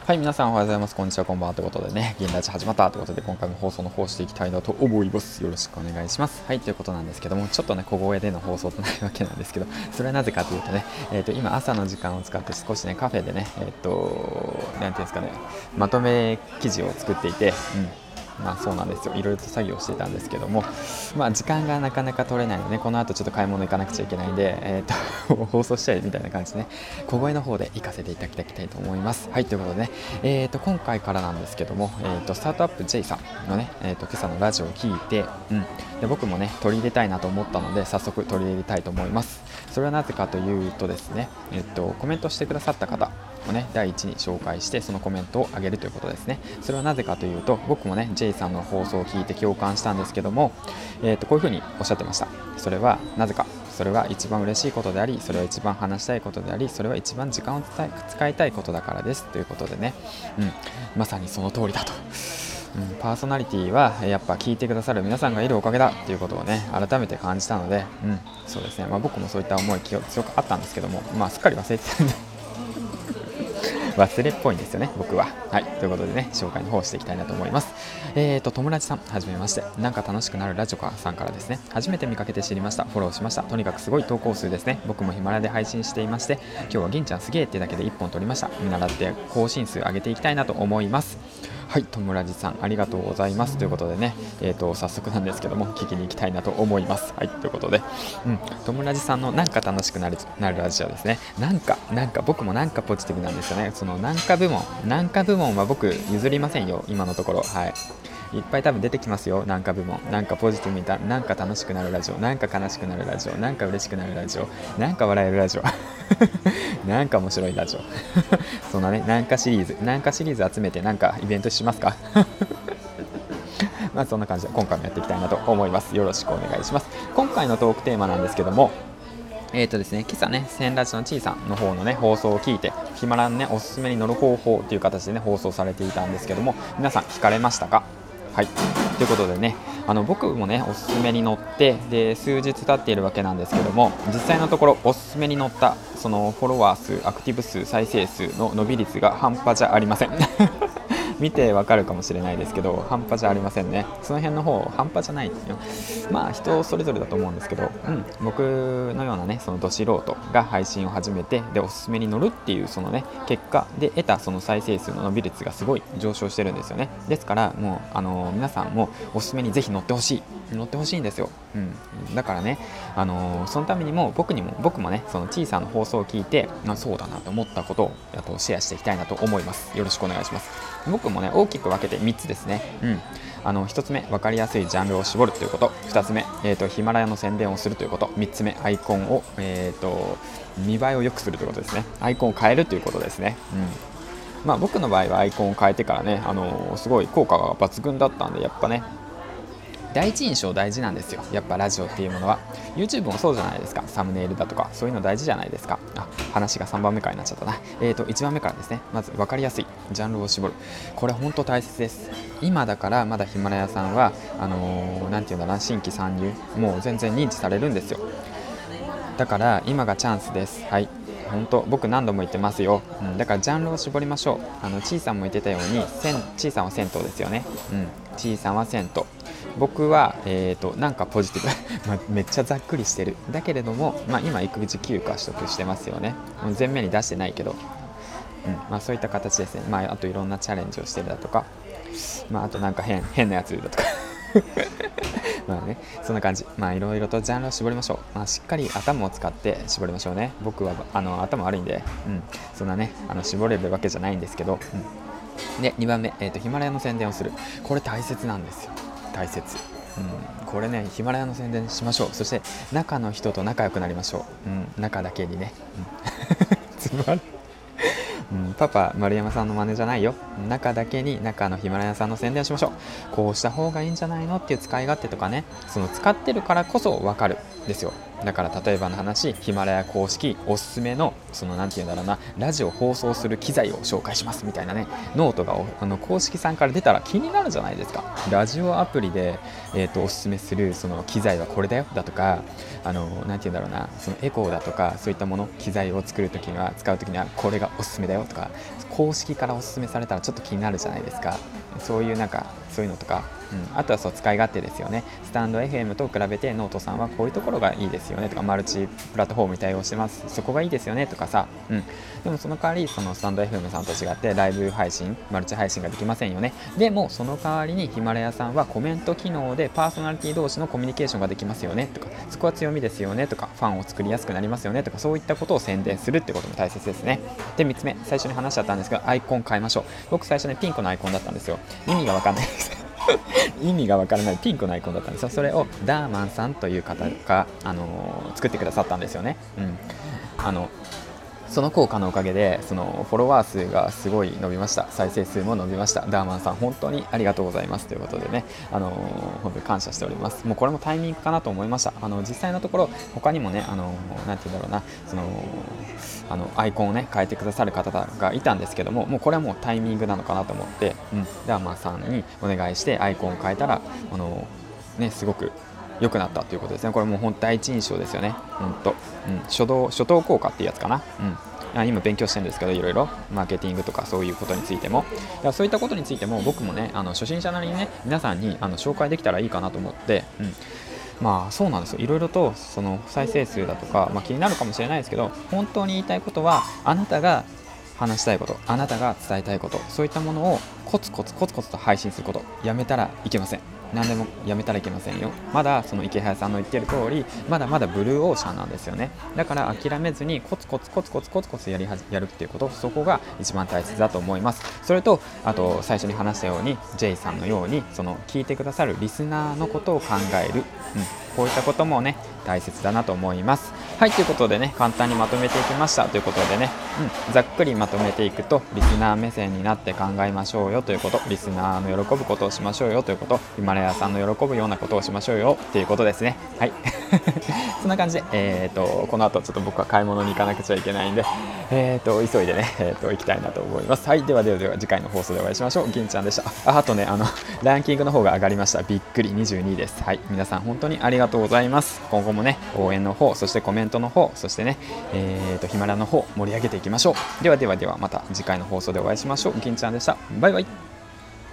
はい、皆さんおはようございます。こんにちは、こんばんはということでね、銀ラジ始まったということで、今回も放送の方していきたいなと思います。よろしくお願いします。はい、ということなんですけども、ちょっとね、小声での放送となるわけなんですけど、それはなぜかというとね、今朝の時間を使って少しね、カフェでね、なんていうんですかね、まとめ記事を作っていて、そうなんですよ。いろいろと作業していたんですけども、時間がなかなか取れないので、この後ちょっと買い物行かなくちゃいけないんで、放送しちゃえみたいな感じでね、小声の方で行かせていただきたいと思います。はい、ということでね、今回からなんですけども、スタートアップ J さんのね、今朝のラジオを聞いて、で僕もね、取り入れたいなと思ったので、早速取り入れたいと思います。それはなぜかというとですね、コメントしてくださった方をね、第一に紹介してそのコメントを上げるということですね。それはなぜかというと、僕もね J さんの放送を聞いて共感したんですけども、こういうふうにおっしゃってました。それはなぜか、それは一番嬉しいことであり、それは一番話したいことであり、それは一番時間を使いたいことだからですということでね、まさにその通りだと。パーソナリティはやっぱ聞いてくださる皆さんがいるおかげだっていうことをね改めて感じたので、そうですね、僕もそういった思い強くあったんですけども、すっかり忘れてたんで忘れっぽいんですよね、僕は。はい、ということでね、紹介の方していきたいなと思います。友達さん、はじめまして。なんか楽しくなるラジオカさんからですね、初めて見かけて知りました。フォローしました。とにかくすごい投稿数ですね。僕もヒマラヤで配信していまして、今日は銀ちゃんすげーってだけで1本取りました。見習って更新数上げていきたいなと思います。はい、友達さんありがとうございますということでね、早速なんですけども聞きに行きたいなと思います。はい、ということで、友達さんのなんか楽しくなるラジオですね。なんか僕もなんかポジティブなんですよね。そのなんか部門は僕譲りませんよ、今のところ。はい、いっぱい多分出てきますよ。なんか部門、なんかポジティブみたい、なんか楽しくなるラジオ、なんか悲しくなるラジオ、なんか嬉しくなるラジオ、なんか笑えるラジオなんか面白いラジオそんなね、なんかシリーズ集めてなんかイベントしますかそんな感じで今回もやっていきたいなと思います。よろしくお願いします。今回のトークテーマなんですけども、ですね、今朝ね、千ラジのちいさんの方のね、放送を聞いて、ヒマラヤのね、おすすめに乗る方法という形でね、放送されていたんですけども、皆さん聞かれましたか？はい。ということでね、僕もね、おすすめに乗って、で、数日経っているわけなんですけども、実際のところ、おすすめに乗った、そのフォロワー数、アクティブ数、再生数の伸び率が半端じゃありません。見てわかるかもしれないですけど、半端じゃありませんね。その辺の方半端じゃないですよ。人それぞれだと思うんですけど、僕のようなね、そのど素人が配信を始めて、でおすすめに乗るっていうそのね結果で得たその再生数の伸び率がすごい上昇してるんですよね。ですからもう皆さんもおすすめにぜひ乗ってほしいんですよ。だからね、そのためにも僕もね、その小さな放送を聞いて、そうだなと思ったことをシェアしていきたいなと思います。よろしくお願いします。僕もね、大きく分けて3つですね。1つ目、分かりやすいジャンルを絞るということ。2つ目、ヒマラヤの宣伝をするということ。3つ目、アイコンを、見栄えを良くするということですね。アイコンを変えるということですね。僕の場合はアイコンを変えてからね、すごい効果が抜群だったんで、やっぱね、第一印象大事なんですよ。やっぱラジオっていうものは YouTube もそうじゃないですか。サムネイルだとかそういうの大事じゃないですか。話が3番目からになっちゃったな。1番目からですね。まず分かりやすいジャンルを絞る、これ本当大切です。今だからまだヒマラヤさんはなんていうんだな、新規参入もう全然認知されるんですよ。だから今がチャンスです。はい、本当僕何度も言ってますよ。だからジャンルを絞りましょう。ちいさんも言ってたように、ちいさんは銭湯ですよね。ちいさんは銭湯、僕は、なんかポジティブめっちゃざっくりしてる。だけれども、今育児休暇取得してますよね。前面に出してないけど、そういった形ですね。あといろんなチャレンジをしてるだとか、あとなんか変なやつだとかそんな感じ。いろいろとジャンルを絞りましょう。しっかり頭を使って絞りましょうね。僕は頭悪いんで、そんなね絞れるわけじゃないんですけど、で2番目、ヒマラヤの宣伝をする。これ大切なんですよ。大切。これね、ヒマラヤの宣伝しましょう。そして中の人と仲良くなりましょう。中だけにね。つまりパパ丸山さんの真似じゃないよ。中だけに中のヒマラヤさんの宣伝をしましょう。こうした方がいいんじゃないのっていう使い勝手とかね、その使ってるからこそ分かるですよ。だから例えばの話、ヒマラヤ公式おすすめのそのなんていうんだろうな、ラジオ放送する機材を紹介しますみたいなね、ノートが公式さんから出たら気になるじゃないですか。ラジオアプリで、おすすめするその機材はこれだよだとか、なんていうんだろうな、そのエコーだとかそういったもの、機材を使うときにはこれがおすすめだよとか、 公式からおすすめされたらちょっと気になるじゃないですか。そういうのとか、あとは使い勝手ですよね。スタンド FM と比べてノートさんはこういうところがいいですよねとか、マルチプラットフォームに対応してます、そこがいいですよねとかさ、でもその代わりそのスタンド FM さんと違ってライブ配信、マルチ配信ができませんよね。でもその代わりにヒマラヤさんはコメント機能でパーソナリティ同士のコミュニケーションができますよねとか、そこは強みですよねとか、ファンを作りやすくなりますよねとか、そういったことを宣伝するってことも大切ですね。で3つ目、最初に話しちゃったんですが、アイコン変えましょう。僕最初ねピンクのアイコンだったんですよ。意味が分かんないです意味がわからないピンクのアイコンだったんですよ。それをダーマンさんという方が、作ってくださったんですよね。その効果のおかげでそのフォロワー数がすごい伸びました。再生数も伸びました。ダーマンさん本当にありがとうございますということでね、本当に感謝しております。もうこれもタイミングかなと思いました。実際のところ他にもね、なんて言うんだろうな、アイコンをね変えてくださる方がいたんですけども、もうこれはもうタイミングなのかなと思って、ダーマンさんにお願いしてアイコンを変えたらすごく良くなったということですね。これもう本当第一印象ですよね。初動効果っていうやつかな。今勉強してるんですけど、いろいろマーケティングとかそういうことについても、だからそういったことについても僕もね初心者なりにね皆さんに紹介できたらいいかなと思って、そうなんですよ。いろいろとその再生数だとか、気になるかもしれないですけど、本当に言いたいことはあなたが話したいこと、あなたが伝えたいこと、そういったものをコツコツと配信すること、やめたらいけません。何でもやめたらいけませんよ。まだその池早さんの言ってる通り、まだまだブルーオーシャンなんですよね。だから諦めずにコツコツやるっていうこと、そこが一番大切だと思います。それとあと最初に話したように J さんのようにその聞いてくださるリスナーのことを考える、こういったこともね大切だなと思います。はい、ということでね簡単にまとめていきましたということでね、ざっくりまとめていくと、リスナー目線になって考えましょうよということ、リスナーの喜ぶことをしましょうよということ、ヒマラヤさんの喜ぶようなことをしましょうよということですね。はいそんな感じで、この後ちょっと僕は買い物に行かなくちゃいけないんで、急いでね、行きたいなと思います。はい、では次回の放送でお会いしましょう。銀ちゃんでした。あとねランキングの方が上がりました。びっくり22位です。はい、皆さん本当にありがとうございます。今後もね応援の方、そしてコメントの方、そしてねヒマラの方盛り上げていきましょう。ではまた次回の放送でお会いしましょう。銀ちゃんでした。バイバイ。